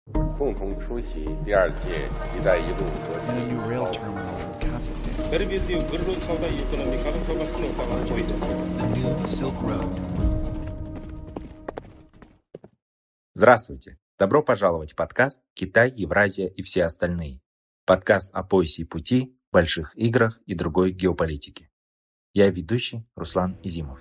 共同出席第二届“一带一路”国际 New rail terminal in Kazakhstan. Переведи Гржут Сауда и экономика, чтобы The new Silk Road. Здравствуйте! Добро пожаловать в подкаст «Китай, Евразия и все остальные». Подкаст о поясе и пути, больших играх и другой геополитике. Я ведущий Руслан Изимов.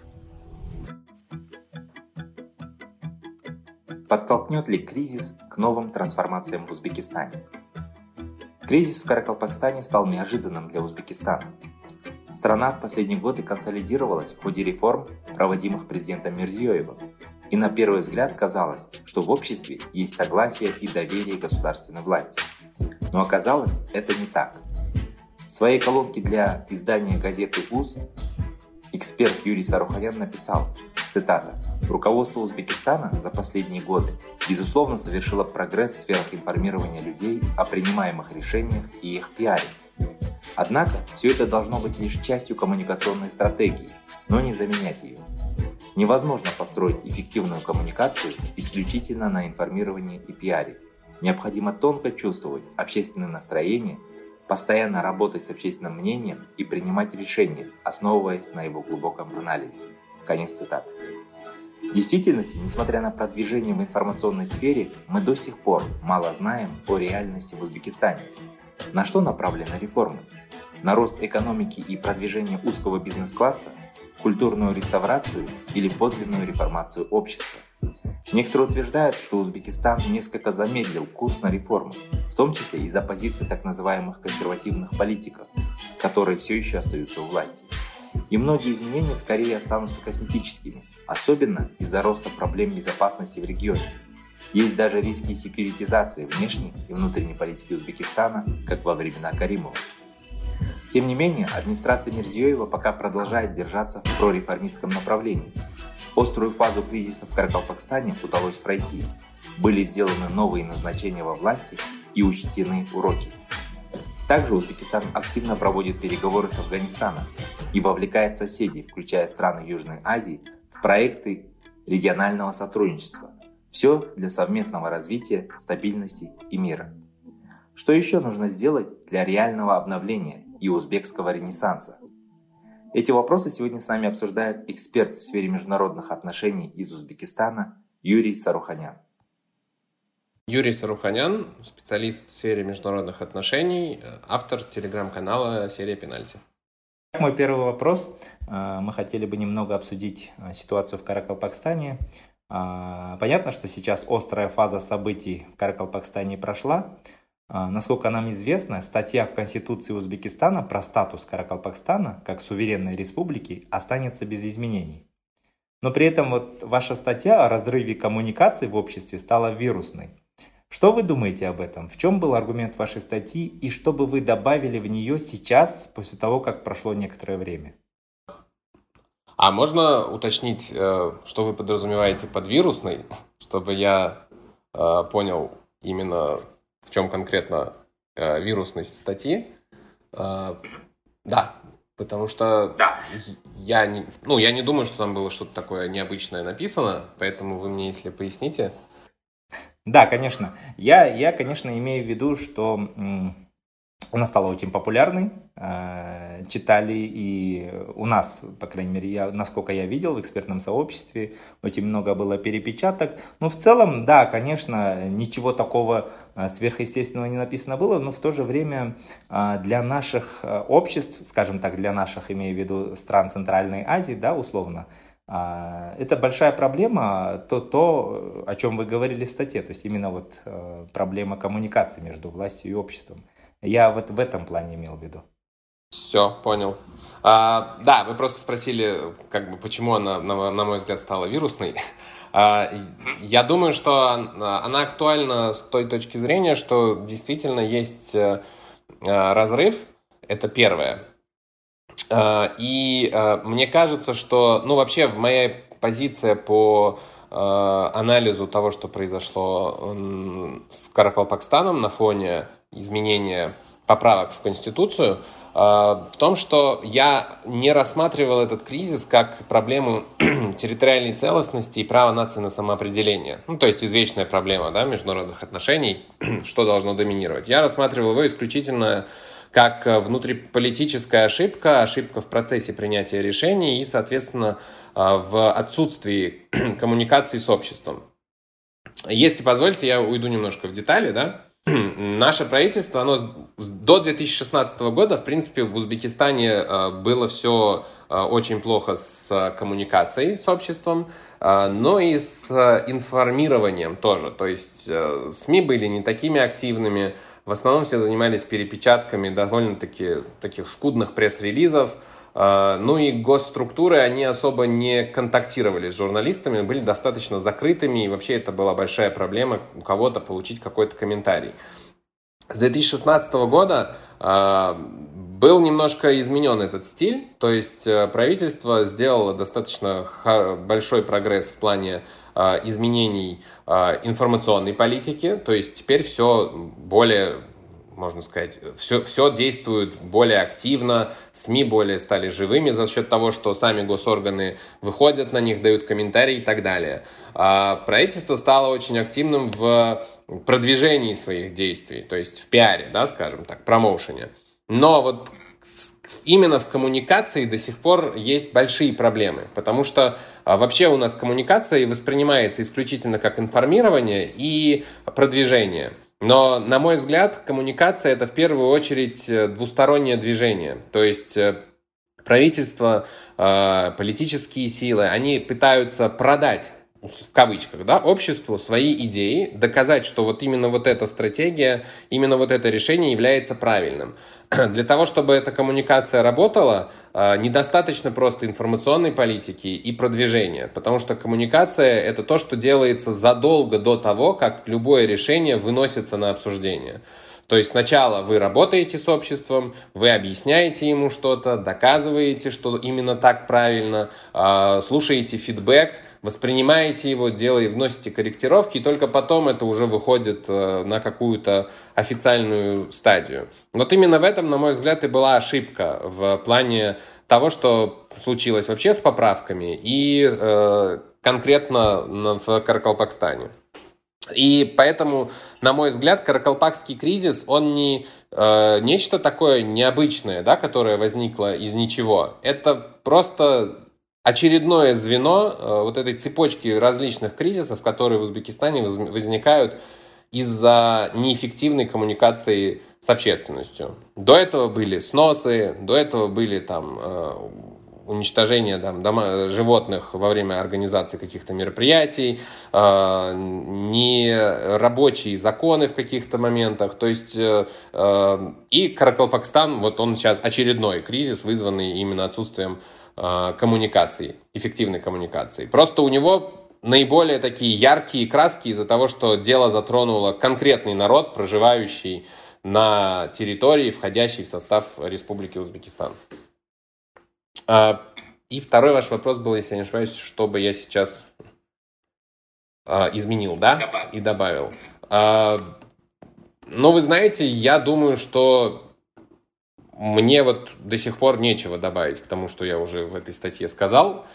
Подтолкнет ли кризис к новым трансформациям в Узбекистане? Кризис в Каракалпакстане стал неожиданным для Узбекистана. Страна в последние годы консолидировалась в ходе реформ, проводимых президентом Мирзиёевым, и на первый взгляд казалось, что в обществе есть согласие и доверие государственной власти. Но оказалось, это не так. В своей колонке для издания газеты УЗ эксперт Юрий Саруханян написал, цитата, «Руководство Узбекистана за последние годы, безусловно, совершило прогресс в сферах информирования людей о принимаемых решениях и их пиаре. Однако, все это должно быть лишь частью коммуникационной стратегии, но не заменять ее. Невозможно построить эффективную коммуникацию исключительно на информировании и пиаре. Необходимо тонко чувствовать общественное настроение, постоянно работать с общественным мнением и принимать решения, основываясь на его глубоком анализе». Конец цитаты. В действительности, несмотря на продвижение в информационной сфере, мы до сих пор мало знаем о реальности в Узбекистане. На что направлены реформы? На рост экономики и продвижение узкого бизнес-класса, культурную реставрацию или подлинную реформацию общества? Некоторые утверждают, что Узбекистан несколько замедлил курс на реформы, в том числе из-за позиции так называемых консервативных политиков, которые все еще остаются у власти. И многие изменения скорее останутся косметическими, особенно из-за роста проблем безопасности в регионе. Есть даже риски секьюритизации внешней и внутренней политики Узбекистана, как во времена Каримова. Тем не менее, администрация Мирзиёева пока продолжает держаться в прореформистском направлении. Острую фазу кризиса в Каракалпакстане удалось пройти. Были сделаны новые назначения во власти и учтены уроки. Также Узбекистан активно проводит переговоры с Афганистаном и вовлекает соседей, включая страны Южной Азии, в проекты регионального сотрудничества. Все для совместного развития, стабильности и мира. Что еще нужно сделать для реального обновления и узбекского ренессанса? Эти вопросы сегодня с нами обсуждает эксперт в сфере международных отношений из Узбекистана Юрий Саруханян. Юрий Саруханян, специалист в сфере международных отношений, автор телеграм-канала «Серия пенальти». Мой первый вопрос. Мы хотели бы немного обсудить ситуацию в Каракалпакстане. Понятно, что сейчас острая фаза событий в Каракалпакстане прошла. Насколько нам известно, статья в Конституции Узбекистана про статус Каракалпакстана как суверенной республики останется без изменений. Но при этом ваша статья о разрыве коммуникаций в обществе стала вирусной. Что вы думаете об этом? В чем был аргумент вашей статьи и что бы вы добавили в нее сейчас, после того, как прошло некоторое время? А можно уточнить, что вы подразумеваете под вирусной, чтобы я понял именно в чем конкретно вирусность статьи? Да, потому что я не думаю, что там было что-то такое необычное написано, поэтому вы мне, если поясните. Да, конечно. Я, конечно, имею в виду, что она стала очень популярной, читали и у нас, по крайней мере, насколько я видел в экспертном сообществе, очень много было перепечаток. Но в целом, да, конечно, ничего такого сверхъестественного не написано было, но в то же время для наших обществ, скажем так, для наших, имею в виду, стран Центральной Азии, да, условно, это большая проблема, то, о чем вы говорили в статье, то есть именно проблема коммуникации между властью и обществом. Я в этом плане имел в виду. Все, понял. Да, вы просто спросили, почему она, на мой взгляд, стала вирусной. Я думаю, что она актуальна с той точки зрения, что действительно есть разрыв, это первое. И мне кажется, что, вообще моя позиция по анализу того, что произошло с Каракалпакстаном на фоне изменения поправок в Конституцию, в том, что я не рассматривал этот кризис как проблему территориальной целостности и права нации на самоопределение. Ну, то есть извечная проблема, да, международных отношений, что должно доминировать. Я рассматривал его исключительно как внутриполитическая ошибка в процессе принятия решений и, соответственно, в отсутствии коммуникации с обществом. Если позволите, я уйду немножко в детали, да. Наше правительство, оно до 2016 года, в принципе, в Узбекистане было все очень плохо с коммуникацией с обществом, но и с информированием тоже. То есть СМИ были не такими активными, в основном все занимались перепечатками довольно-таки таких скудных пресс-релизов. Ну и госструктуры, они особо не контактировали с журналистами, были достаточно закрытыми, и вообще это была большая проблема у кого-то получить какой-то комментарий. С 2016 года был немножко изменен этот стиль, то есть правительство сделало достаточно большой прогресс в плане изменений информационной политики, то есть теперь все более... можно сказать, все действует более активно, СМИ более стали живыми за счет того, что сами госорганы выходят на них, дают комментарии и так далее. Правительство стало очень активным в продвижении своих действий, то есть в пиаре, да, скажем так, промоушене. Но вот именно в коммуникации до сих пор есть большие проблемы, потому что вообще у нас коммуникация воспринимается исключительно как информирование и продвижение. Но, на мой взгляд, коммуникация – это в первую очередь двустороннее движение. То есть правительство, политические силы, они пытаются продать, в кавычках, да, обществу свои идеи, доказать, что вот именно вот эта стратегия, именно вот это решение является правильным. Для того, чтобы эта коммуникация работала, недостаточно просто информационной политики и продвижения, потому что коммуникация – это то, что делается задолго до того, как любое решение выносится на обсуждение. То есть сначала вы работаете с обществом, вы объясняете ему что-то, доказываете, что именно так правильно, слушаете фидбэк, воспринимаете его, вносите корректировки, и только потом это уже выходит на какую-то официальную стадию. Вот именно в этом, на мой взгляд, и была ошибка в плане того, что случилось вообще с поправками и конкретно в Каракалпакстане. И поэтому, на мой взгляд, Каракалпакский кризис, он не нечто такое необычное, да, которое возникло из ничего. Это просто очередное звено вот этой цепочки различных кризисов, которые в Узбекистане возникают из-за неэффективной коммуникации с общественностью. До этого были сносы, до этого были там уничтожение животных во время организации каких-то мероприятий, нерабочие законы в каких-то моментах. То есть и Каракалпакстан, вот он сейчас очередной кризис, вызванный именно отсутствием коммуникации, эффективной коммуникации. Просто у него наиболее такие яркие краски из-за того, что дело затронуло конкретный народ, проживающий на территории, входящей в состав Республики Узбекистан. И второй ваш вопрос был, если я не ошибаюсь, что бы я сейчас изменил, да? И добавил. Но вы знаете, я думаю, что мне вот до сих пор нечего добавить к тому, что я уже в этой статье сказал.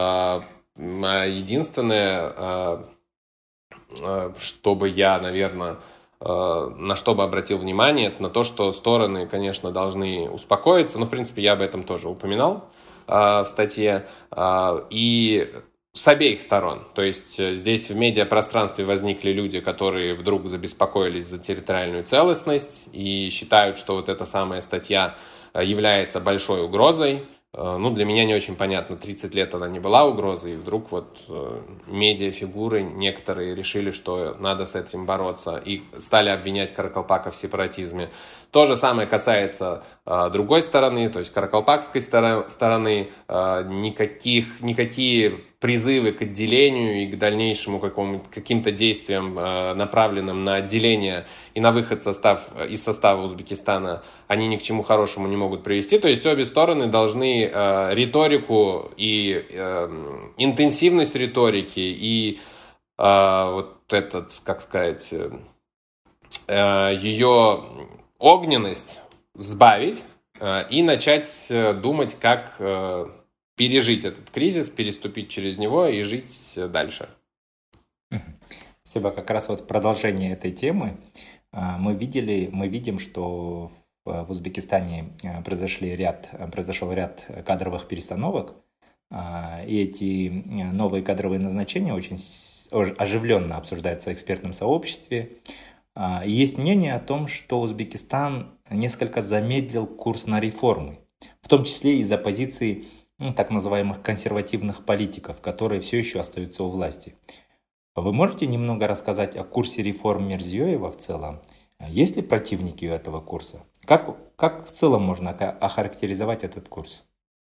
Единственное, что бы я, наверное, на что бы обратил внимание, это на то, что стороны, конечно, должны успокоиться. Но, в принципе, я об этом тоже упоминал в статье. И с обеих сторон. То есть здесь в медиапространстве возникли люди, которые вдруг забеспокоились за территориальную целостность и считают, что вот эта самая статья является большой угрозой. Ну, для меня не очень понятно, 30 лет она не была угрозой, и вдруг вот медиафигуры некоторые решили, что надо с этим бороться, и стали обвинять Каракалпака в сепаратизме. То же самое касается другой стороны, то есть каракалпакской стороны. Никакие призывы к отделению и к дальнейшему каким-то действиям, направленным на отделение и на выход из состава Узбекистана, они ни к чему хорошему не могут привести. То есть обе стороны должны риторику и интенсивность риторики и вот этот, как сказать, ее огненность сбавить и начать думать, как пережить этот кризис, переступить через него и жить дальше. Спасибо. Как раз вот продолжение этой темы. Мы видим, что в Узбекистане произошел ряд кадровых перестановок, и эти новые кадровые назначения очень оживленно обсуждаются в экспертном сообществе. Есть мнение о том, что Узбекистан несколько замедлил курс на реформы, в том числе из-за позиции так называемых консервативных политиков, которые все еще остаются у власти. Вы можете немного рассказать о курсе реформ Мирзиёева в целом? Есть ли противники у этого курса? Как в целом можно охарактеризовать этот курс?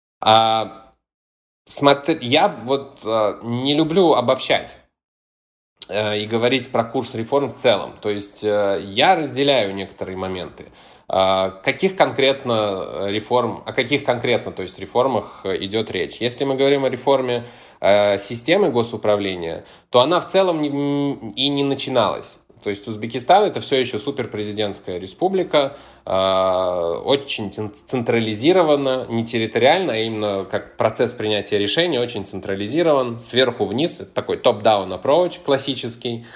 Смотри, я вот не люблю обобщать и говорить про курс реформ в целом. То есть я разделяю некоторые моменты. О каких конкретно реформах идет речь? Если мы говорим о реформе системы госуправления, то она в целом и не начиналась. То есть Узбекистан это все еще суперпрезидентская республика, очень централизирована, не территориально, а именно как процесс принятия решений очень централизирован, сверху вниз, это такой top-down approach классический.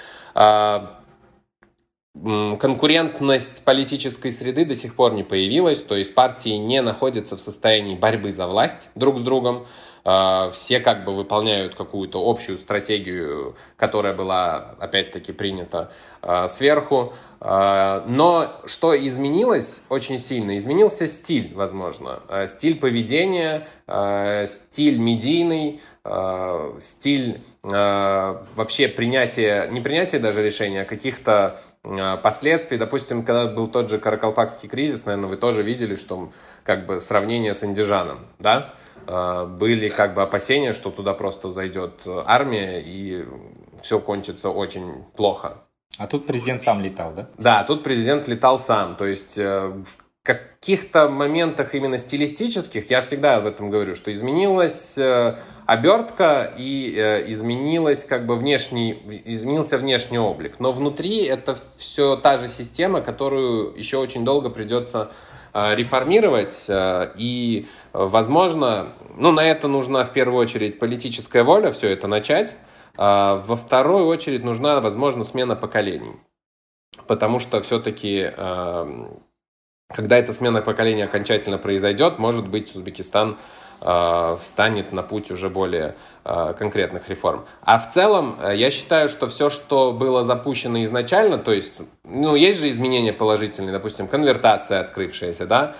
Конкурентность политической среды до сих пор не появилась, то есть партии не находятся в состоянии борьбы за власть друг с другом. Все как бы выполняют какую-то общую стратегию, которая была, опять-таки, принята сверху. Но что изменилось очень сильно? Изменился стиль, возможно. Стиль поведения, стиль медийный, стиль вообще не принятия даже решения, а каких-то последствий. Допустим, когда был тот же Каракалпакский кризис, наверное, вы тоже видели, что как бы сравнение с Андижаном, да? Были как бы опасения, что туда просто зайдет армия и все кончится очень плохо. А тут президент сам летал, да? Да, тут президент летал сам. То есть в каких-то моментах именно стилистических, я всегда об этом говорю, что изменилась обертка и изменился внешний облик. Но внутри это все та же система, которую еще очень долго придется реформировать, и, возможно, на это нужна в первую очередь политическая воля все это начать, во вторую очередь нужна, возможно, смена поколений, потому что все-таки, когда эта смена поколений окончательно произойдет, может быть, Узбекистан встанет на путь уже более конкретных реформ. А в целом, я считаю, что все, что было запущено изначально, то есть, есть же изменения положительные, допустим, конвертация открывшаяся, да,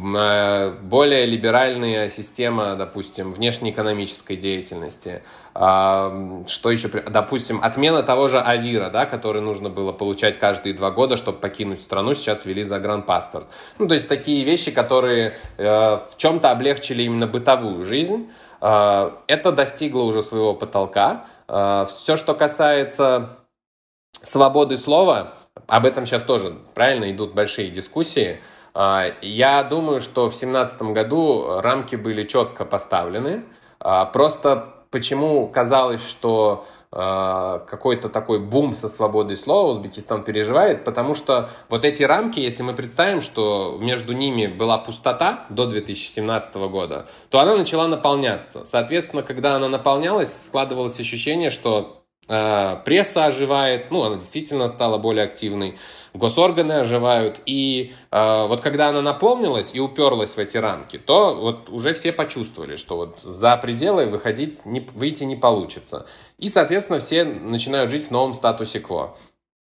более либеральная система, допустим, внешнеэкономической деятельности, что еще, допустим, отмена того же АВИРа, да, который нужно было получать каждые 2 года, чтобы покинуть страну, сейчас ввели загранпаспорт. То есть такие вещи, которые в чем-то облегчили именно бытовую жизнь. Это достигло уже своего потолка. Все, что касается свободы слова, об этом сейчас тоже, правильно, идут большие дискуссии. Я думаю, что в 2017 году рамки были четко поставлены. Просто почему казалось, что какой-то такой бум со свободой слова Узбекистан переживает, потому что вот эти рамки, если мы представим, что между ними была пустота до 2017 года, то она начала наполняться. Соответственно, когда она наполнялась, складывалось ощущение, что пресса оживает, она действительно стала более активной, госорганы оживают, и вот когда она наполнилась и уперлась в эти рамки, то вот уже все почувствовали, что вот за пределы выйти не получится. И, соответственно, все начинают жить в новом статусе кво.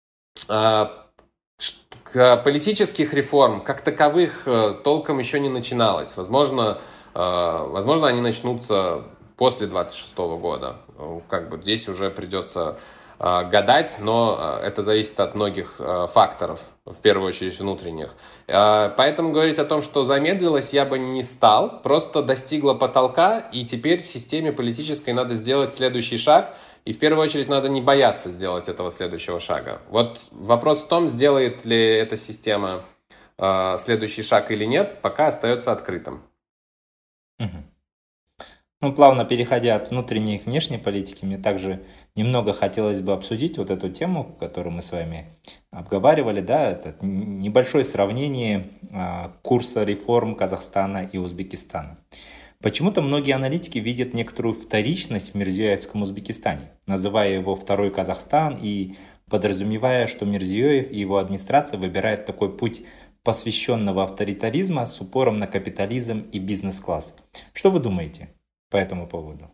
Политических реформ как таковых толком еще не начиналось. Возможно, они начнутся после 2026 года. Здесь уже придется гадать, но это зависит от многих факторов, в первую очередь внутренних. Поэтому говорить о том, что замедлилось, я бы не стал. Просто достигла потолка, и теперь системе политической надо сделать следующий шаг. И в первую очередь надо не бояться сделать этого следующего шага. Вот вопрос в том, сделает ли эта система следующий шаг или нет, пока остается открытым. Ну, плавно переходя от внутренней к внешней политики, мне также немного хотелось бы обсудить вот эту тему, которую мы с вами обговаривали, да, это небольшое сравнение курса реформ Казахстана и Узбекистана. Почему-то многие аналитики видят некоторую вторичность в Мирзиёевском Узбекистане, называя его «второй Казахстан» и подразумевая, что Мирзиёев и его администрация выбирают такой путь посвященного авторитаризма с упором на капитализм и бизнес-класс. Что вы думаете по этому поводу?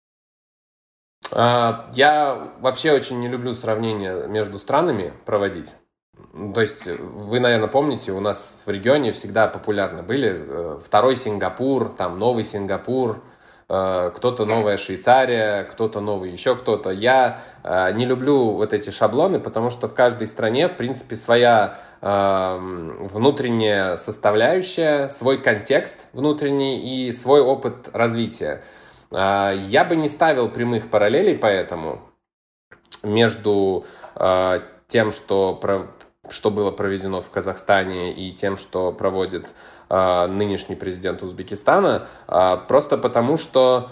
Я вообще очень не люблю сравнения между странами проводить. То есть вы, наверное, помните, у нас в регионе всегда популярны были второй Сингапур, там новый Сингапур, кто-то новая Швейцария, кто-то новый еще кто-то. Я не люблю вот эти шаблоны, потому что в каждой стране, в принципе, своя внутренняя составляющая, свой контекст внутренний и свой опыт развития. Я бы не ставил прямых параллелей поэтому между тем, что было проведено в Казахстане, и тем, что проводит нынешний президент Узбекистана, просто потому что,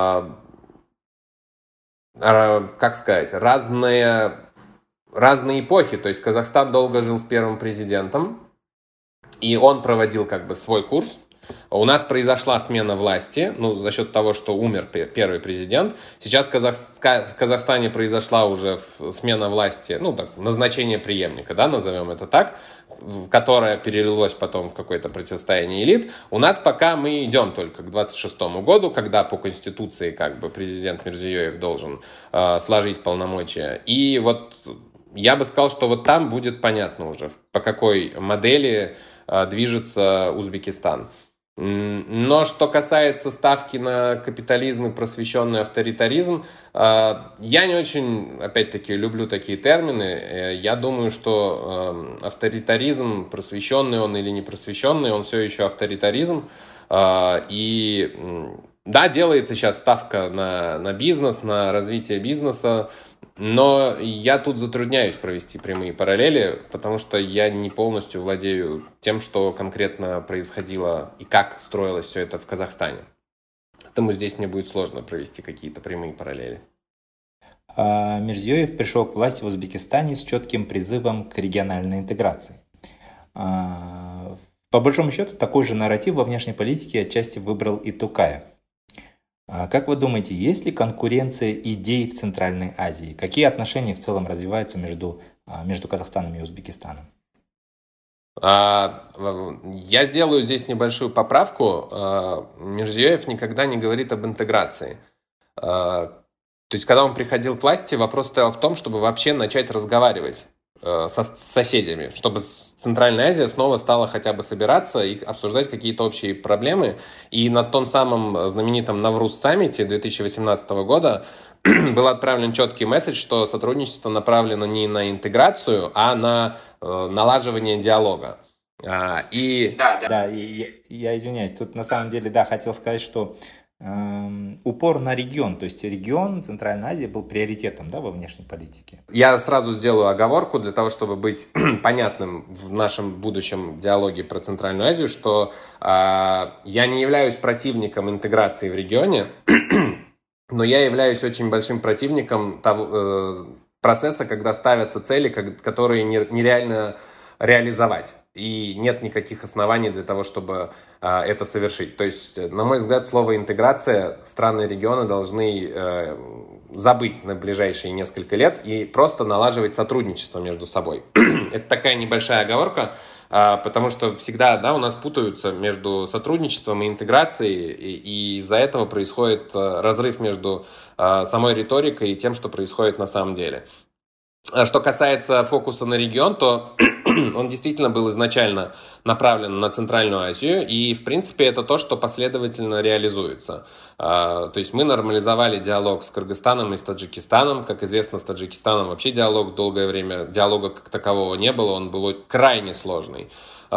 как сказать, разные эпохи. То есть Казахстан долго жил с первым президентом, и он проводил как бы свой курс. У нас произошла смена власти, за счет того, что умер первый президент. Сейчас в Казахстане произошла уже смена власти, назначение преемника, да, назовем это так, которое перелилось потом в какое-то противостояние элит. У нас пока мы идем только к 26-му году, когда по Конституции как бы президент Мирзиёев должен сложить полномочия. И вот я бы сказал, что вот там будет понятно уже, по какой модели движется Узбекистан. Но что касается ставки на капитализм и просвещенный авторитаризм, я не очень, опять-таки, люблю такие термины. Я думаю, что авторитаризм, просвещенный он или не просвещенный, он все еще авторитаризм. И да, делается сейчас ставка на бизнес, на развитие бизнеса, но я тут затрудняюсь провести прямые параллели, потому что я не полностью владею тем, что конкретно происходило и как строилось все это в Казахстане. Поэтому здесь мне будет сложно провести какие-то прямые параллели. Мирзиёев пришел к власти в Узбекистане с четким призывом к региональной интеграции. По большому счету, такой же нарратив во внешней политике отчасти выбрал и Токаев. Как вы думаете, есть ли конкуренция идей в Центральной Азии? Какие отношения в целом развиваются между Казахстаном и Узбекистаном? Я сделаю здесь небольшую поправку. Мирзиёев никогда не говорит об интеграции. То есть, когда он приходил к власти, вопрос стоял в том, чтобы вообще начать разговаривать с соседями, чтобы Центральная Азия снова стала хотя бы собираться и обсуждать какие-то общие проблемы. И на том самом знаменитом Навруз-саммите 2018 года был отправлен четкий месседж, что сотрудничество направлено не на интеграцию, а на налаживание диалога. Да, я извиняюсь, тут на самом деле, хотел сказать, что упор на регион, то есть регион Центральной Азии был приоритетом, во внешней политике. Я сразу сделаю оговорку для того, чтобы быть понятным в нашем будущем диалоге про Центральную Азию, что я не являюсь противником интеграции в регионе, но я являюсь очень большим противником того процесса, когда ставятся цели, которые нереально реализовать. И нет никаких оснований для того, чтобы это совершить. То есть, на мой взгляд, слово «интеграция» страны и регионы должны забыть на ближайшие несколько лет и просто налаживать сотрудничество между собой. Это такая небольшая оговорка, потому что всегда у нас путаются между сотрудничеством и интеграцией, и из-за этого происходит разрыв между самой риторикой и тем, что происходит на самом деле. Что касается фокуса на регион, то он действительно был изначально направлен на Центральную Азию, и, в принципе, это то, что последовательно реализуется. То есть мы нормализовали диалог с Кыргызстаном и с Таджикистаном. Как известно, с Таджикистаном вообще диалога как такового не было, он был крайне сложный.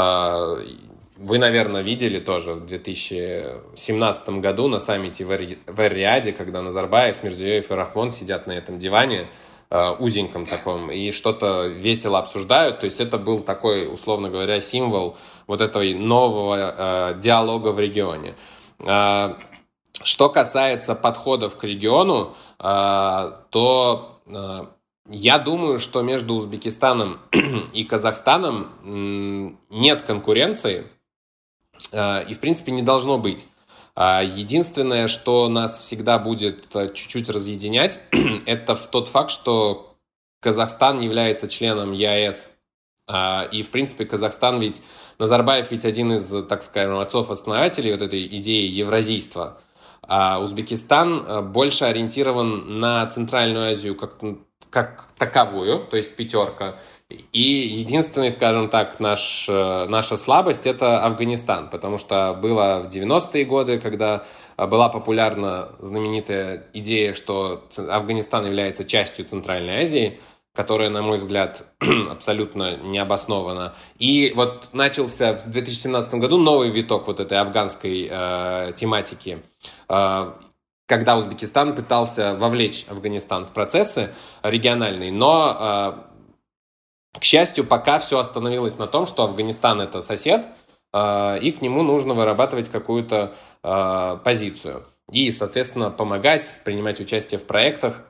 Вы, наверное, видели тоже в 2017 году на саммите в Эр-Рияде, когда Назарбаев, Мирзиёев и Рахмон сидят на этом диване, узеньком таком, и что-то весело обсуждают. То есть это был такой, условно говоря, символ вот этого нового диалога в регионе. Что касается подходов к региону, то я думаю, что между Узбекистаном и Казахстаном нет конкуренции и, в принципе, не должно быть. Единственное, что нас всегда будет чуть-чуть разъединять, это тот факт, что Казахстан является членом ЕАЭС. И, в принципе, Казахстан ведь... Назарбаев ведь один из, так скажем, отцов-основателей вот этой идеи евразийства. А Узбекистан больше ориентирован на Центральную Азию как таковую, то есть пятерка. И единственный, скажем так, наша слабость – это Афганистан, потому что было в 90-е годы, когда была популярна знаменитая идея, что Афганистан является частью Центральной Азии, которая, на мой взгляд, абсолютно необоснована. И вот начался в 2017 году новый виток вот этой афганской тематики, когда Узбекистан пытался вовлечь Афганистан в процессы региональные, но, к счастью, пока все остановилось на том, что Афганистан – это сосед, и к нему нужно вырабатывать какую-то позицию. И, соответственно, помогать, принимать участие в проектах.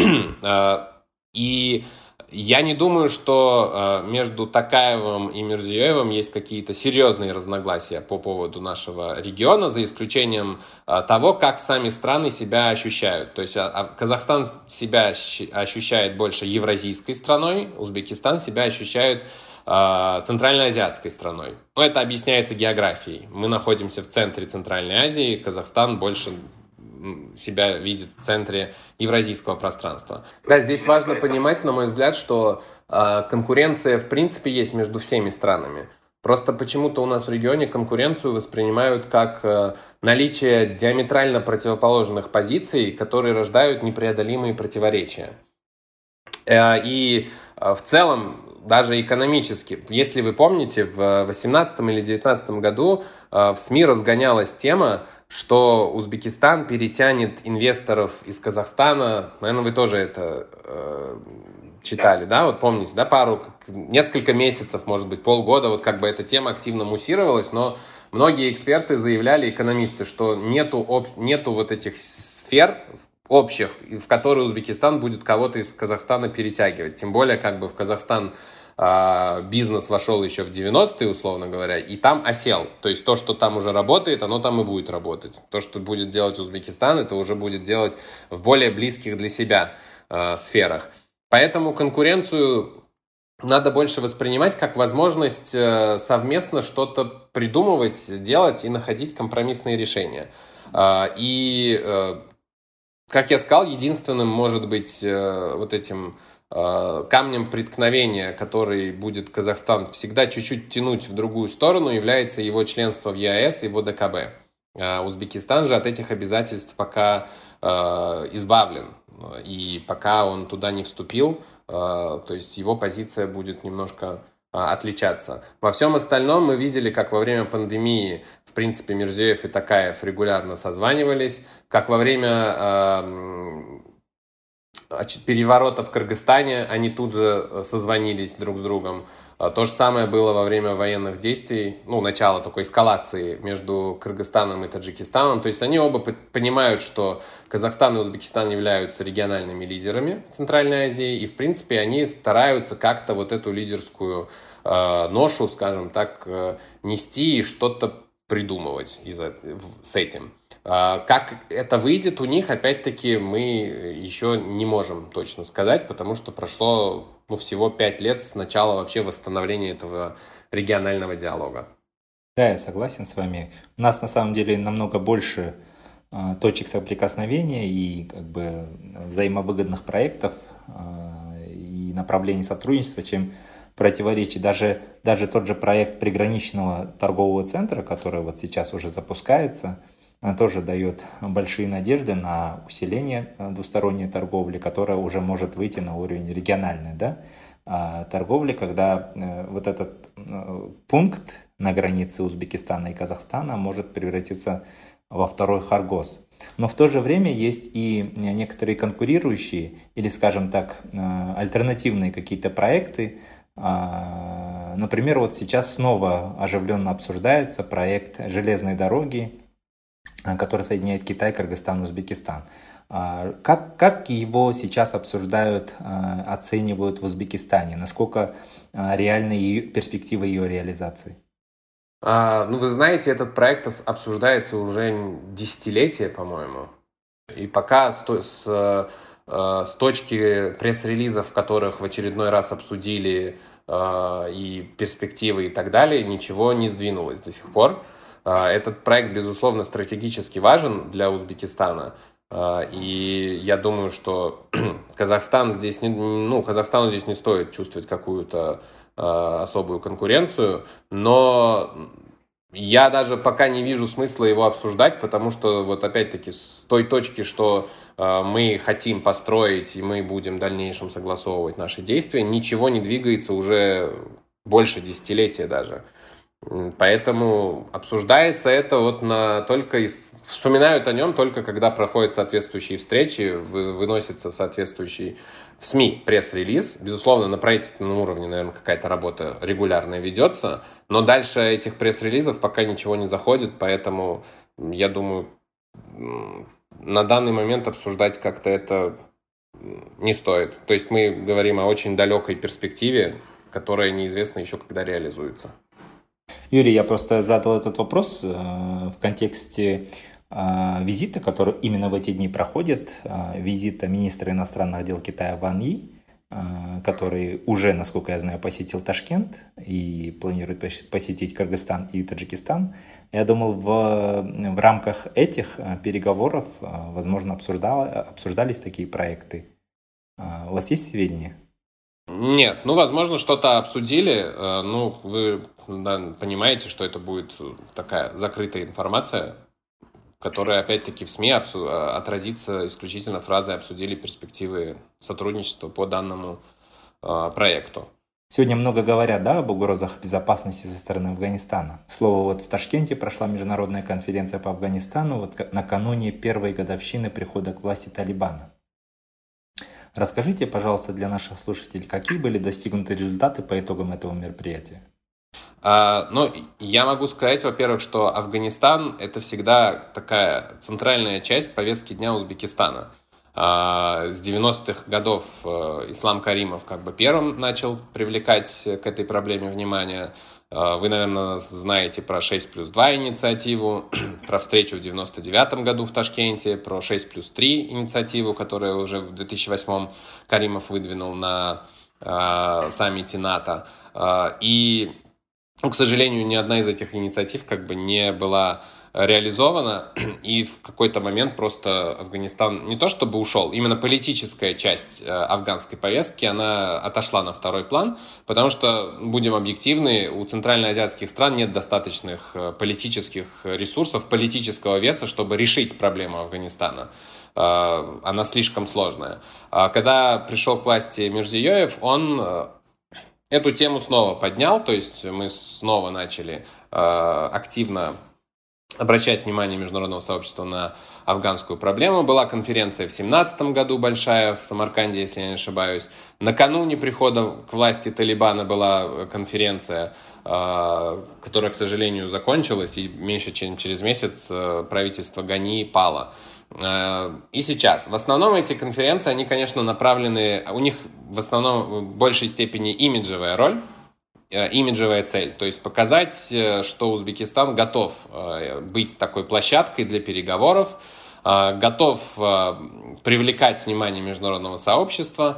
И я не думаю, что между Токаевым и Мирзиёевым есть какие-то серьезные разногласия по поводу нашего региона, за исключением того, как сами страны себя ощущают. То есть Казахстан себя ощущает больше евразийской страной, Узбекистан себя ощущает центральноазиатской страной. Но это объясняется географией. Мы находимся в центре Центральной Азии, Казахстан больше себя видит в центре евразийского пространства. Да, здесь важно понимать, на мой взгляд, что конкуренция в принципе есть между всеми странами. Просто почему-то у нас в регионе конкуренцию воспринимают как наличие диаметрально противоположных позиций, которые рождают непреодолимые противоречия. И в целом, даже экономически, если вы помните, в 2018 или 2019 году в СМИ разгонялась тема, что Узбекистан перетянет инвесторов из Казахстана. Наверное, вы тоже это читали, да? Вот помните, да, несколько месяцев, может быть, полгода, вот как бы эта тема активно муссировалась, но многие эксперты заявляли, экономисты, что нету вот этих сфер общих, в которые Узбекистан будет кого-то из Казахстана перетягивать. Тем более, как бы в Казахстан бизнес вошел еще в 90-е, условно говоря, и там осел. То есть то, что там уже работает, оно там и будет работать. То, что будет делать Узбекистан, это уже будет делать в более близких для себя сферах. Поэтому конкуренцию надо больше воспринимать как возможность совместно что-то придумывать, делать и находить компромиссные решения. И, как я сказал, единственным может быть вот этим камнем преткновения, который будет Казахстан всегда чуть-чуть тянуть в другую сторону, является его членство в ЕАЭС и в ОДКБ. Узбекистан же от этих обязательств пока избавлен. И пока он туда не вступил, то есть его позиция будет немножко отличаться. Во всем остальном мы видели, как во время пандемии, в принципе, Мирзиёев и Токаев регулярно созванивались, как во время переворота в Кыргызстане они тут же созвонились друг с другом. То же самое было во время военных действий, начала такой эскалации между Кыргызстаном и Таджикистаном. То есть они оба понимают, что Казахстан и Узбекистан являются региональными лидерами Центральной Азии, и, в принципе, они стараются как-то вот эту лидерскую ношу, скажем так, нести и что-то придумывать с этим. Как это выйдет у них, опять-таки, мы еще не можем точно сказать, потому что прошло всего 5 лет с начала вообще восстановления этого регионального диалога. Да, я согласен с вами. У нас на самом деле намного больше точек соприкосновения и как бы взаимовыгодных проектов и направлений сотрудничества, чем противоречий. Даже тот же проект приграничного торгового центра, который вот сейчас уже запускается, тоже дает большие надежды на усиление двусторонней торговли, которая уже может выйти на уровень региональной, торговли, когда вот этот пункт на границе Узбекистана и Казахстана может превратиться во второй Хоргоз. Но в то же время есть и некоторые конкурирующие или, скажем так, альтернативные какие-то проекты. Например, вот сейчас снова оживленно обсуждается проект железной дороги который соединяет Китай, Кыргызстан, Узбекистан. Как его сейчас обсуждают, оценивают в Узбекистане? Насколько реальны перспективы ее реализации? Ну, вы знаете, этот проект обсуждается уже десятилетия, по-моему. И пока с точки пресс-релизов, в которых в очередной раз обсудили и перспективы и так далее, ничего не сдвинулось до сих пор. Этот проект, безусловно, стратегически важен для Узбекистана. И я думаю, что Казахстану здесь не стоит чувствовать какую-то особую конкуренцию, но я даже пока не вижу смысла его обсуждать, потому что вот опять-таки с той точки, что мы хотим построить и мы будем в дальнейшем согласовывать наши действия, ничего не двигается уже больше десятилетия даже. Поэтому обсуждается это вспоминают о нем только когда проходят соответствующие встречи, выносится соответствующий в СМИ пресс-релиз. Безусловно, на правительственном уровне, наверное, какая-то работа регулярная ведется, но дальше этих пресс-релизов пока ничего не заходит, поэтому я думаю, на данный момент обсуждать как-то это не стоит. То есть мы говорим о очень далекой перспективе, которая неизвестно еще когда реализуется. Юрий, я просто задал этот вопрос в контексте визита, который именно в эти дни проходит, визита министра иностранных дел Китая Ван Yi, который уже, насколько я знаю, посетил Ташкент и планирует посетить Кыргызстан и Таджикистан. Я думал, в рамках этих переговоров, возможно, обсуждались такие проекты. У вас есть сведения? Нет, возможно, что-то обсудили. Вы понимаете, что это будет такая закрытая информация, которая, опять-таки, в СМИ отразится исключительно фразой «обсудили перспективы сотрудничества по данному проекту». Сегодня много говорят, об угрозах безопасности со стороны Афганистана. Слово, в Ташкенте прошла международная конференция по Афганистану накануне первой годовщины прихода к власти Талибана. Расскажите, пожалуйста, для наших слушателей, какие были достигнуты результаты по итогам этого мероприятия? Я могу сказать, во-первых, что Афганистан – это всегда такая центральная часть повестки дня Узбекистана. С 90-х годов Ислам Каримов первым начал привлекать к этой проблеме внимание. Вы, наверное, знаете про 6+2 инициативу, про встречу в 99-м году в Ташкенте, про 6+3 инициативу, которую уже в 2008-м Каримов выдвинул на саммите НАТО. И, к сожалению, ни одна из этих инициатив не была реализована, и в какой-то момент просто Афганистан не то чтобы ушел, именно политическая часть афганской повестки, она отошла на второй план, потому что, будем объективны, у центральноазиатских стран нет достаточных политических ресурсов, политического веса, чтобы решить проблему Афганистана. Она слишком сложная. Когда пришел к власти Мирзиёев, он эту тему снова поднял, то есть мы снова начали активно обращать внимание международного сообщества на афганскую проблему. Была конференция в 2017 году большая в Самарканде, если я не ошибаюсь. Накануне прихода к власти Талибана была конференция, которая, к сожалению, закончилась, и меньше чем через месяц правительство Гани пало. И сейчас. В основном эти конференции, они, конечно, направлены, у них в основном в большей степени имиджевая роль, имиджевая цель, то есть показать, что Узбекистан готов быть такой площадкой для переговоров, готов привлекать внимание международного сообщества,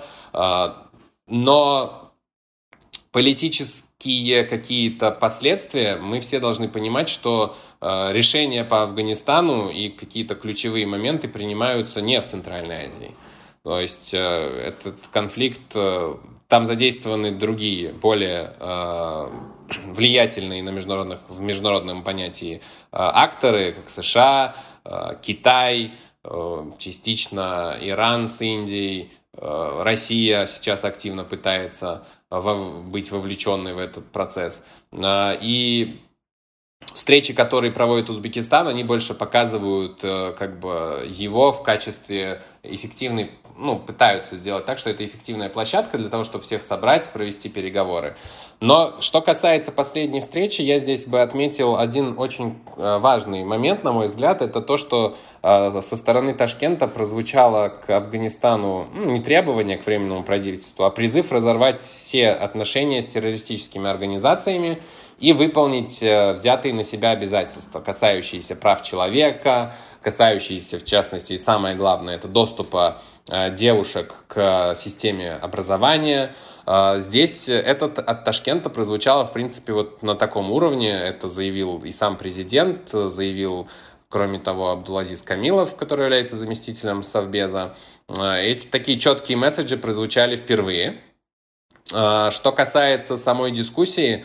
но политические какие-то последствия, мы все должны понимать, что решения по Афганистану и какие-то ключевые моменты принимаются не в Центральной Азии. То есть этот конфликт, там задействованы другие, более влиятельные в международном понятии акторы, как США, Китай, частично Иран с Индией, Россия сейчас активно пытается быть вовлеченной в этот процесс. И встречи, которые проводит Узбекистан, они больше показывают его в качестве эффективный, пытаются сделать так, что это эффективная площадка для того, чтобы всех собрать, провести переговоры. Но что касается последней встречи, я здесь бы отметил один очень важный момент, на мой взгляд, это то, что со стороны Ташкента прозвучало к Афганистану не требование к Временному правительству, а призыв разорвать все отношения с террористическими организациями и выполнить взятые на себя обязательства, касающиеся прав человека, касающиеся, в частности, и самое главное, это доступа девушек к системе образования. Здесь это от Ташкента прозвучало, в принципе, вот на таком уровне. Это заявил и сам президент, заявил, кроме того, Абдулазиз Камилов, который является заместителем Совбеза. Эти такие четкие месседжи прозвучали впервые. Что касается самой дискуссии,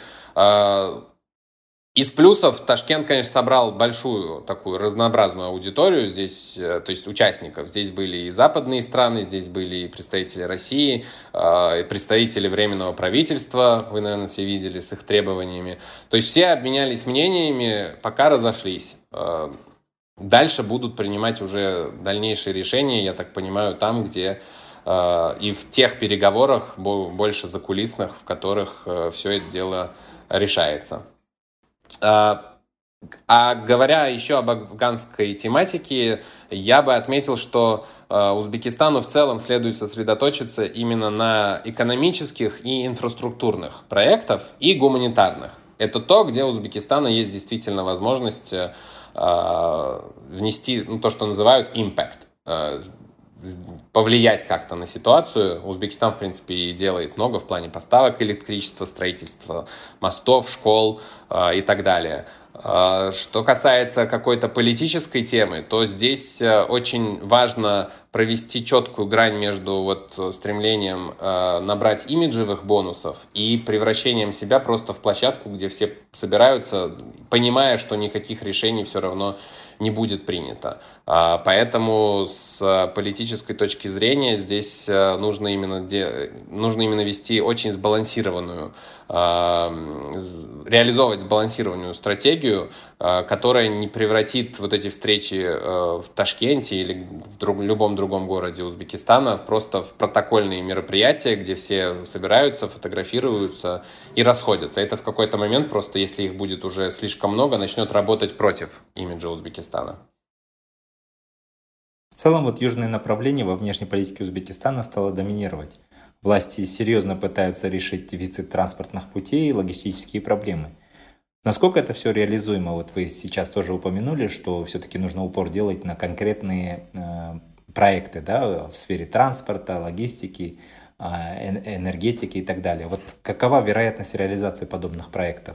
из плюсов Ташкент, конечно, собрал большую такую разнообразную аудиторию здесь, то есть участников. Здесь были и западные страны, здесь были и представители России, и представители Временного правительства, вы, наверное, все видели с их требованиями. То есть все обменялись мнениями, пока разошлись. Дальше будут принимать уже дальнейшие решения, я так понимаю, там, где и в тех переговорах больше закулисных, в которых все это дело решается. А говоря еще об афганской тематике, я бы отметил, что Узбекистану в целом следует сосредоточиться именно на экономических и инфраструктурных проектах и гуманитарных. Это то, где у Узбекистана есть действительно возможность внести то, что называют impact, повлиять как-то на ситуацию. Узбекистан, в принципе, и делает много в плане поставок электричества, строительства мостов, школ и так далее. Что касается какой-то политической темы, то здесь очень важно провести четкую грань между стремлением набрать имиджевых бонусов и превращением себя просто в площадку, где все собираются, понимая, что никаких решений все равно не будет принято. Поэтому с политической точки зрения здесь нужно именно вести очень сбалансированную, реализовывать сбалансированную стратегию, которая не превратит вот эти встречи в Ташкенте или в любом другом городе Узбекистана просто в протокольные мероприятия, где все собираются, фотографируются и расходятся. Это в какой-то момент просто, если их будет уже слишком много, начнет работать против имиджа Узбекистана. В целом, южное направление во внешней политике Узбекистана стало доминировать. Власти серьезно пытаются решить дефицит транспортных путей и логистические проблемы. Насколько это все реализуемо? Вы сейчас тоже упомянули, что все-таки нужно упор делать на конкретные проекты, да, в сфере транспорта, логистики, энергетики и так далее. Какова вероятность реализации подобных проектов?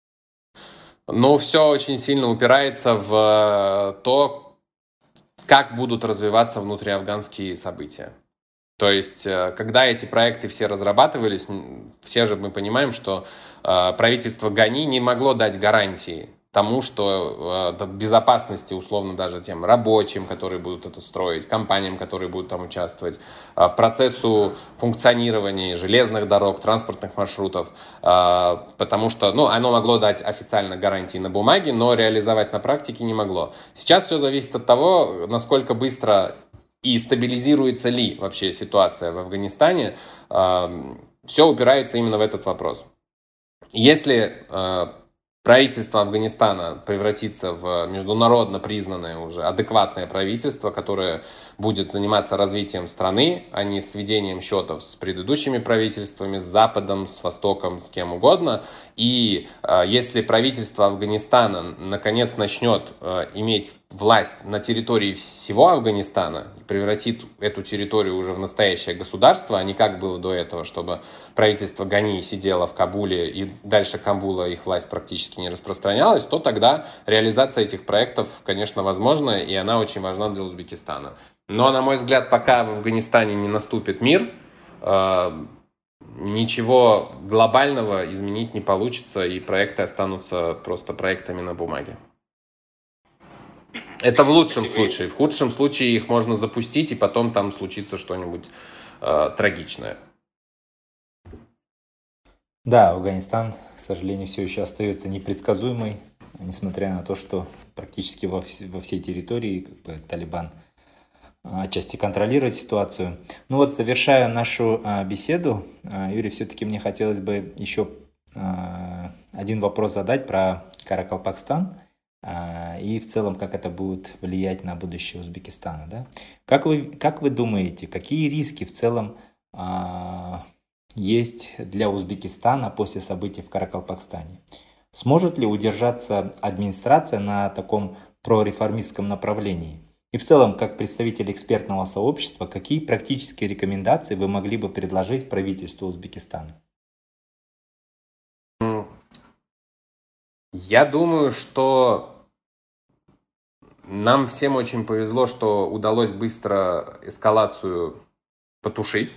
Все очень сильно упирается в то, как будут развиваться внутриафганские события. То есть, когда эти проекты все разрабатывались, все же мы понимаем, что правительство Гани не могло дать гарантии тому, что безопасности, условно, даже тем рабочим, которые будут это строить, компаниям, которые будут там участвовать, процессу функционирования железных дорог, транспортных маршрутов, потому что, оно могло дать официально гарантии на бумаге, но реализовать на практике не могло. Сейчас все зависит от того, насколько быстро и стабилизируется ли вообще ситуация в Афганистане. Все упирается именно в этот вопрос. Если правительство Афганистана превратится в международно признанное уже адекватное правительство, которое будет заниматься развитием страны, а не сведением счетов с предыдущими правительствами, с Западом, с Востоком, с кем угодно. И если правительство Афганистана наконец начнет иметь власть на территории всего Афганистана, превратит эту территорию уже в настоящее государство, а не как было до этого, чтобы правительство Гани сидело в Кабуле и дальше Кабула их власть практически не распространялась, то тогда реализация этих проектов, конечно, возможна, и она очень важна для Узбекистана. Но, на мой взгляд, пока в Афганистане не наступит мир, ничего глобального изменить не получится, и проекты останутся просто проектами на бумаге. Это в лучшем случае. В худшем случае их можно запустить, и потом там случится что-нибудь трагичное. Да, Афганистан, к сожалению, все еще остается непредсказуемой, несмотря на то, что практически во всей территории Талибан отчасти контролировать ситуацию. Ну вот, завершая нашу беседу, Юрий, все-таки мне хотелось бы еще один вопрос задать про Каракалпакстан и в целом, как это будет влиять на будущее Узбекистана. Да? Как вы думаете, какие риски в целом есть для Узбекистана после событий в Каракалпакстане? Сможет ли удержаться администрация на таком прореформистском направлении? И в целом, как представитель экспертного сообщества, какие практические рекомендации вы могли бы предложить правительству Узбекистана? Я думаю, что нам всем очень повезло, что удалось быстро эскалацию потушить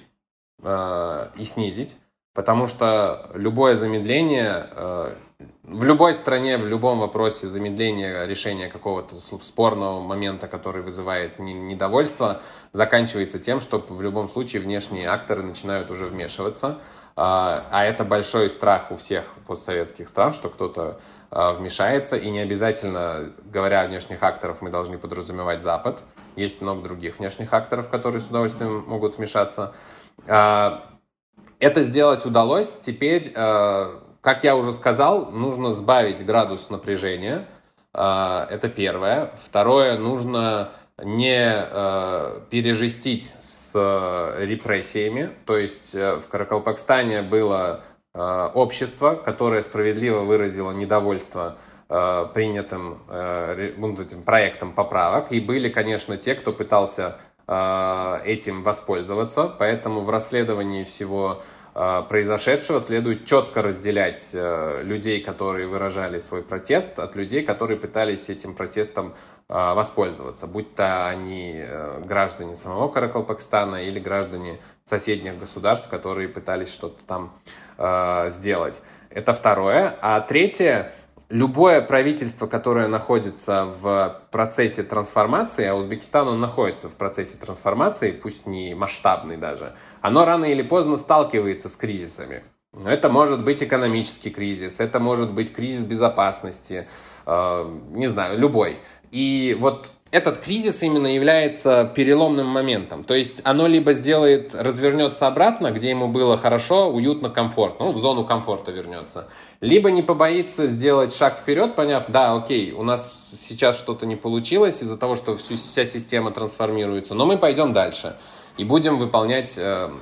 и снизить, потому что любое замедление, в любой стране, в любом вопросе замедление решения какого-то спорного момента, который вызывает недовольство, заканчивается тем, что в любом случае внешние акторы начинают уже вмешиваться. А это большой страх у всех постсоветских стран, что кто-то вмешается, и не обязательно, говоря о внешних акторах, мы должны подразумевать Запад. Есть много других внешних акторов, которые с удовольствием могут вмешаться. Это сделать удалось. Теперь, как я уже сказал, нужно сбавить градус напряжения. Это первое. Второе, нужно не пережестить с репрессиями. То есть в Каракалпакстане было общество, которое справедливо выразило недовольство принятым этим проектом поправок. И были, конечно, те, кто пытался этим воспользоваться. Поэтому в расследовании всего произошедшего следует четко разделять людей, которые выражали свой протест, от людей, которые пытались этим протестом воспользоваться, будь то они граждане самого Каракалпакстана или граждане соседних государств, которые пытались что-то там сделать. Это второе. А третье, любое правительство, которое находится в процессе трансформации, а Узбекистан, он находится в процессе трансформации, пусть не масштабный даже, оно рано или поздно сталкивается с кризисами. Это может быть экономический кризис, это может быть кризис безопасности, не знаю, любой. И вот этот кризис именно является переломным моментом. То есть оно либо развернется обратно, где ему было хорошо, уютно, комфортно, в зону комфорта вернется. Либо не побоится сделать шаг вперед, поняв, да, окей, у нас сейчас что-то не получилось из-за того, что вся система трансформируется, но мы пойдем дальше и будем выполнять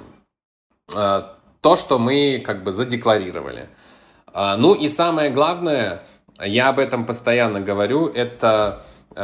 то, что мы как бы задекларировали. Ну и самое главное, я об этом постоянно говорю, это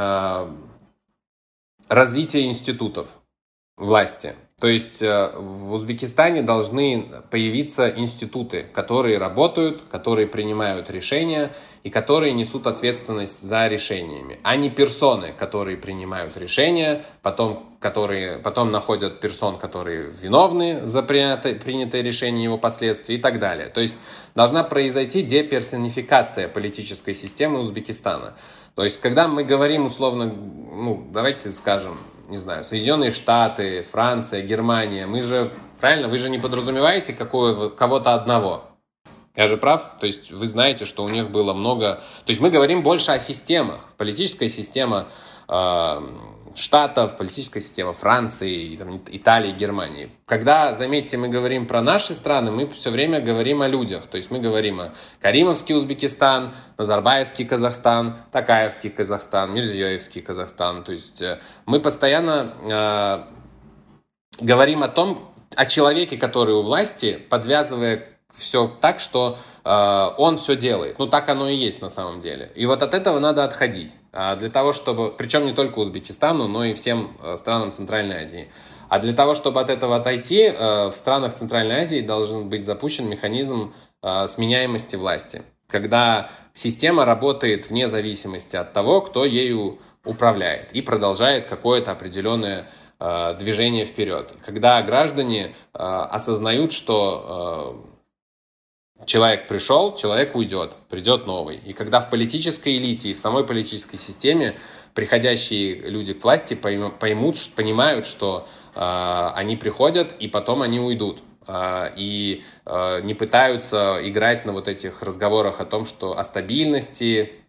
развитие институтов власти. То есть в Узбекистане должны появиться институты, которые работают, которые принимают решения и которые несут ответственность за решениями, а не персоны, которые принимают решения, потом находят персон, которые виновны за принятое решение и его последствия и так далее. То есть должна произойти деперсонификация политической системы Узбекистана. То есть, когда мы говорим условно, давайте скажем, не знаю, Соединенные Штаты, Франция, Германия, вы же не подразумеваете кого-то одного. Я же прав? То есть, вы знаете, что у них было много... То есть, мы говорим больше о системах. Политическая система Штатов, политическая система Франции, Италии, Германии. Когда, заметьте, мы говорим про наши страны, мы все время говорим о людях. То есть мы говорим о Каримовский Узбекистан, Назарбаевский Казахстан, Такаевский Казахстан, Мирзиёевский Казахстан. То есть мы постоянно говорим о человеке, который у власти, подвязывая все так, что он все делает. Так оно и есть на самом деле. И вот от этого надо отходить. Для того, чтобы... Причем не только Узбекистану, но и всем странам Центральной Азии. А для того, чтобы от этого отойти, в странах Центральной Азии должен быть запущен механизм сменяемости власти. Когда система работает вне зависимости от того, кто ею управляет. И продолжает какое-то определенное движение вперед. Когда граждане осознают, что... Человек пришел, человек уйдет, придет новый. И когда в политической элите и в самой политической системе приходящие люди к власти понимают, что они приходят и потом они уйдут. И не пытаются играть на вот этих разговорах о том, что о стабильности,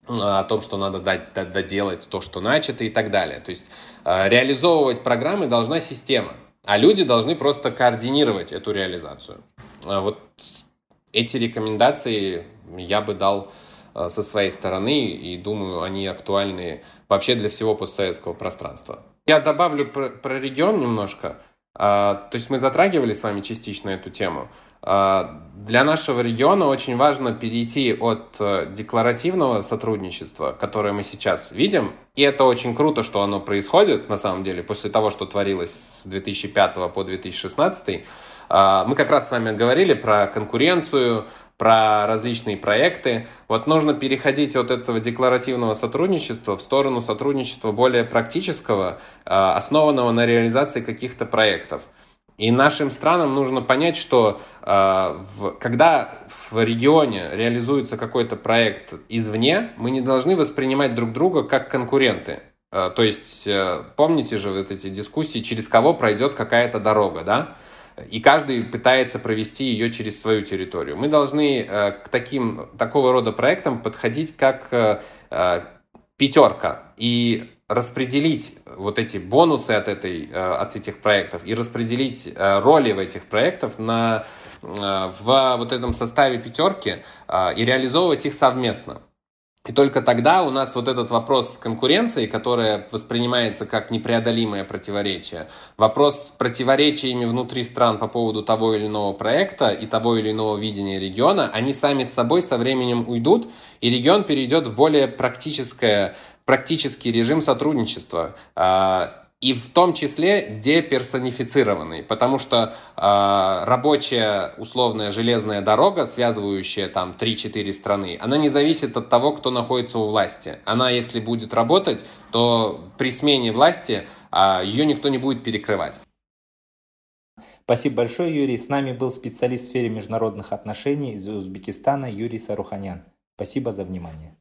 о том, что надо доделать то, что начато и так далее. То есть реализовывать программы должна система, а люди должны просто координировать эту реализацию. Вот эти рекомендации я бы дал со своей стороны, и думаю, они актуальны вообще для всего постсоветского пространства. Я добавлю про регион немножко. То есть мы затрагивали с вами частично эту тему. Для нашего региона очень важно перейти от декларативного сотрудничества, которое мы сейчас видим, и это очень круто, что оно происходит, на самом деле, после того, что творилось с 2005 по 2016. Мы как раз с вами говорили про конкуренцию, про различные проекты. Вот нужно переходить от этого декларативного сотрудничества в сторону сотрудничества более практического, основанного на реализации каких-то проектов. И нашим странам нужно понять, что когда в регионе реализуется какой-то проект извне, мы не должны воспринимать друг друга как конкуренты. То есть, помните же вот эти дискуссии, через кого пройдет какая-то дорога, да? И каждый пытается провести ее через свою территорию. Мы должны к такого рода проектам подходить как пятерка и распределить вот эти бонусы от этих проектов и распределить роли в этих проектах в вот этом составе пятерки и реализовывать их совместно. И только тогда у нас вот этот вопрос с конкуренцией, которая воспринимается как непреодолимое противоречие, вопрос с противоречиями внутри стран по поводу того или иного проекта и того или иного видения региона, они сами с собой со временем уйдут, и регион перейдет в более практический режим сотрудничества, и в том числе деперсонифицированный, потому что рабочая условная железная дорога, связывающая там 3-4 страны, она не зависит от того, кто находится у власти. Она, если будет работать, то при смене власти ее никто не будет перекрывать. Спасибо большое, Юрий. С нами был специалист в сфере международных отношений из Узбекистана Юрий Саруханян. Спасибо за внимание.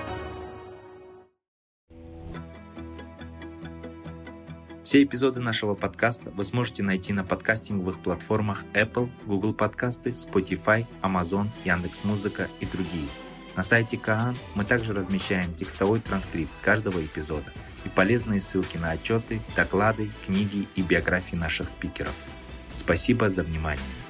Все эпизоды нашего подкаста вы сможете найти на подкастинговых платформах Apple, Google Подкасты, Spotify, Amazon, Яндекс.Музыка и другие. На сайте Каан мы также размещаем текстовой транскрипт каждого эпизода и полезные ссылки на отчеты, доклады, книги и биографии наших спикеров. Спасибо за внимание.